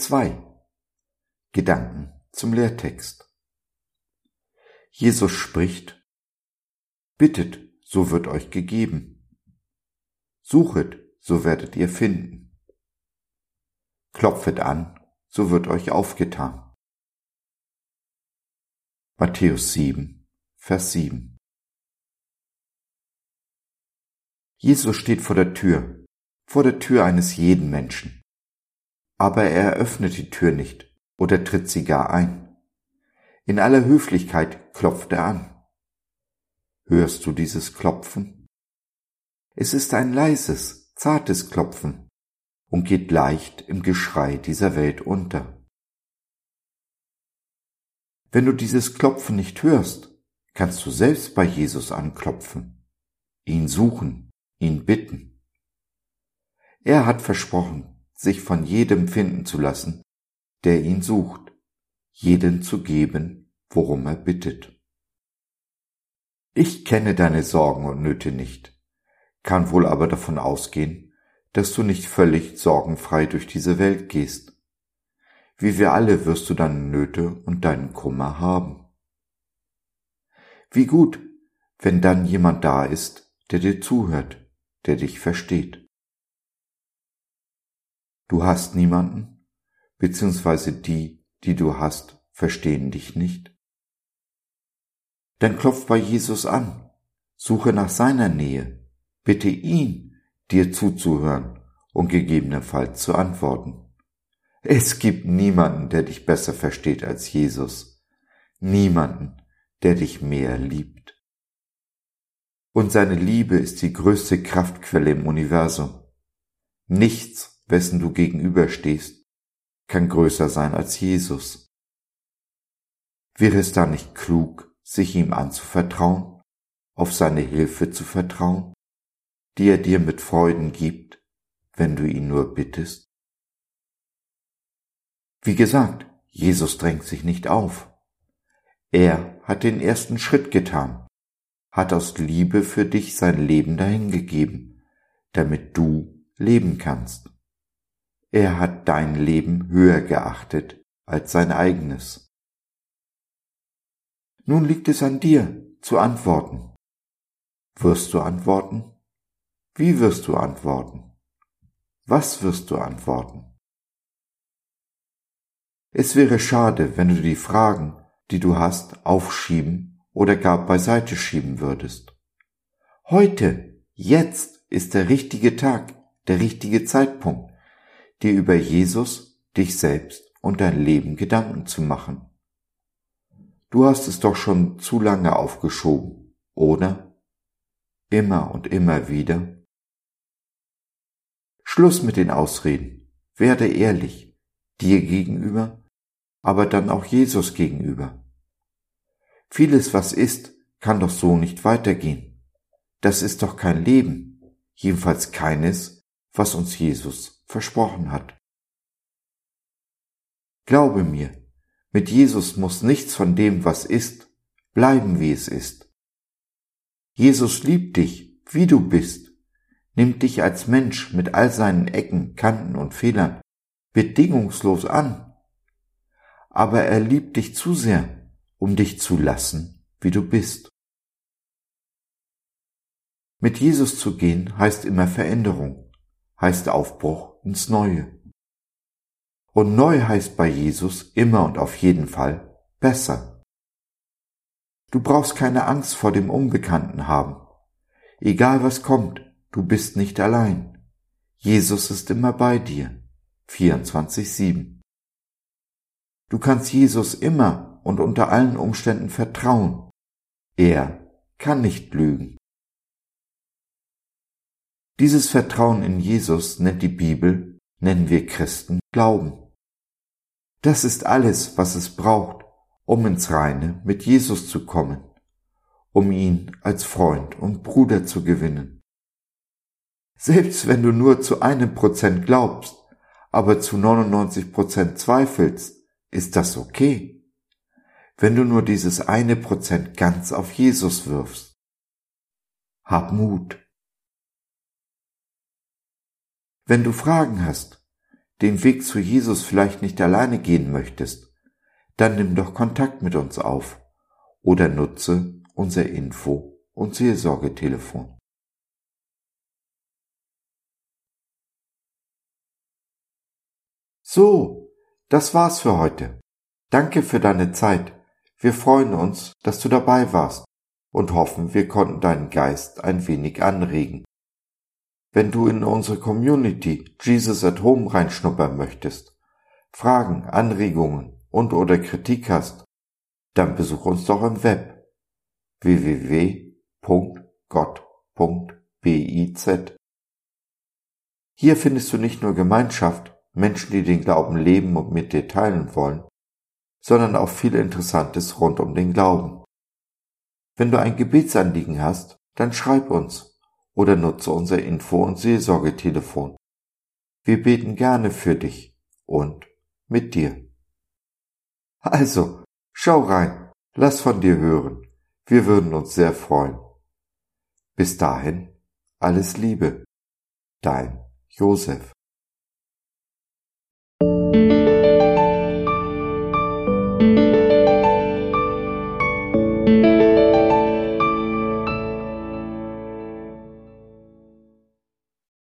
2. Gedanken zum Lehrtext. Jesus spricht: Bittet, so wird euch gegeben. Suchet, so werdet ihr finden. Klopfet an, so wird euch aufgetan. Matthäus 7, Vers 7. Jesus steht vor der Tür eines jeden Menschen. Aber er öffnet die Tür nicht oder tritt sie gar ein. In aller Höflichkeit klopft er an. Hörst du dieses Klopfen? Es ist ein leises, zartes Klopfen und geht leicht im Geschrei dieser Welt unter. Wenn du dieses Klopfen nicht hörst, kannst du selbst bei Jesus anklopfen, ihn suchen, ihn bitten. Er hat versprochen, sich von jedem finden zu lassen, der ihn sucht, jedem zu geben, worum er bittet. Ich kenne deine Sorgen und Nöte nicht, kann wohl aber davon ausgehen, dass du nicht völlig sorgenfrei durch diese Welt gehst. Wie wir alle wirst du deine Nöte und deinen Kummer haben. Wie gut, wenn dann jemand da ist, der dir zuhört, der dich versteht. Du hast niemanden, beziehungsweise die du hast, verstehen dich nicht. Dann klopf bei Jesus an, suche nach seiner Nähe, bitte ihn, dir zuzuhören und gegebenenfalls zu antworten. Es gibt niemanden, der dich besser versteht als Jesus, niemanden, der dich mehr liebt. Und seine Liebe ist die größte Kraftquelle im Universum. Nichts, wessen du gegenüberstehst, kann größer sein als Jesus. Wäre es da nicht klug, sich ihm anzuvertrauen, auf seine Hilfe zu vertrauen, die er dir mit Freuden gibt, wenn du ihn nur bittest? Wie gesagt, Jesus drängt sich nicht auf. Er hat den ersten Schritt getan, hat aus Liebe für dich sein Leben dahingegeben, damit du leben kannst. Er hat dein Leben höher geachtet als sein eigenes. Nun liegt es an dir, zu antworten. Wirst du antworten? Wie wirst du antworten? Was wirst du antworten? Es wäre schade, wenn du die Fragen, die du hast, aufschieben oder gar beiseite schieben würdest. Heute, jetzt ist der richtige Tag, der richtige Zeitpunkt, dir über Jesus, dich selbst und dein Leben Gedanken zu machen. Du hast es doch schon zu lange aufgeschoben, oder? Immer und immer wieder. Schluss mit den Ausreden. Werde ehrlich, dir gegenüber, aber dann auch Jesus gegenüber. Vieles, was ist, kann doch so nicht weitergehen. Das ist doch kein Leben, jedenfalls keines, was uns Jesus versprochen hat. Glaube mir, mit Jesus muss nichts von dem, was ist, bleiben, wie es ist. Jesus liebt dich, wie du bist, nimmt dich als Mensch mit all seinen Ecken, Kanten und Fehlern bedingungslos an. Aber er liebt dich zu sehr, um dich zu lassen, wie du bist. Mit Jesus zu gehen heißt immer Veränderung, heißt Aufbruch ins Neue. Und neu heißt bei Jesus immer und auf jeden Fall besser. Du brauchst keine Angst vor dem Unbekannten haben. Egal was kommt, du bist nicht allein. Jesus ist immer bei dir, 24/7. Du kannst Jesus immer und unter allen Umständen vertrauen. Er kann nicht lügen. Dieses Vertrauen in Jesus nennt die Bibel, nennen wir Christen Glauben. Das ist alles, was es braucht, um ins Reine mit Jesus zu kommen, um ihn als Freund und Bruder zu gewinnen. Selbst wenn du nur zu 1% glaubst, aber zu 99% zweifelst, ist das okay, wenn du nur dieses 1% ganz auf Jesus wirfst. Hab Mut. Wenn du Fragen hast, den Weg zu Jesus vielleicht nicht alleine gehen möchtest, dann nimm doch Kontakt mit uns auf oder nutze unser Info- und Seelsorgetelefon. So, das war's für heute. Danke für deine Zeit. Wir freuen uns, dass du dabei warst und hoffen, wir konnten deinen Geist ein wenig anregen. Wenn du in unsere Community Jesus at Home reinschnuppern möchtest, Fragen, Anregungen und/oder Kritik hast, dann besuch uns doch im Web www.gott.biz. Hier findest du nicht nur Gemeinschaft, Menschen, die den Glauben leben und mit dir teilen wollen, sondern auch viel Interessantes rund um den Glauben. Wenn du ein Gebetsanliegen hast, dann schreib uns oder nutze unser Info- und Seelsorgetelefon. Wir beten gerne für dich und mit dir. Also, schau rein, lass von dir hören. Wir würden uns sehr freuen. Bis dahin, alles Liebe. Dein Josef.